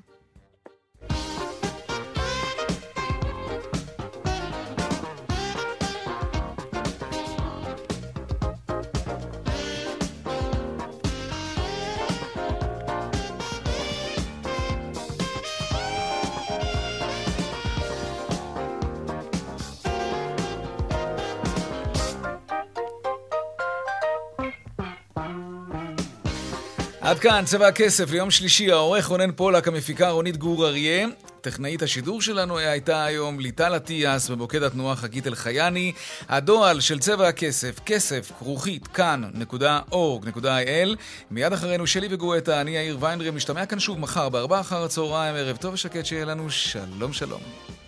עד כאן צבע הכסף ליום שלישי, העורך רונן פולק, המפיקה רונית גור אריה, טכנאית השידור שלנו הייתה היום ליטל עטיאס, במוקד התנועה חגית אלחייני. הדואל של צבע הכסף, כסף כרוכית כאן נקודה אורג נקודה איי אל. מיד אחרינו שלי וגואטה, אני יאיר ויינרב, משתמע כאן שוב מחר בארבע אחר הצהריים. ערב טוב ושקט שיהיה לנו, שלום שלום.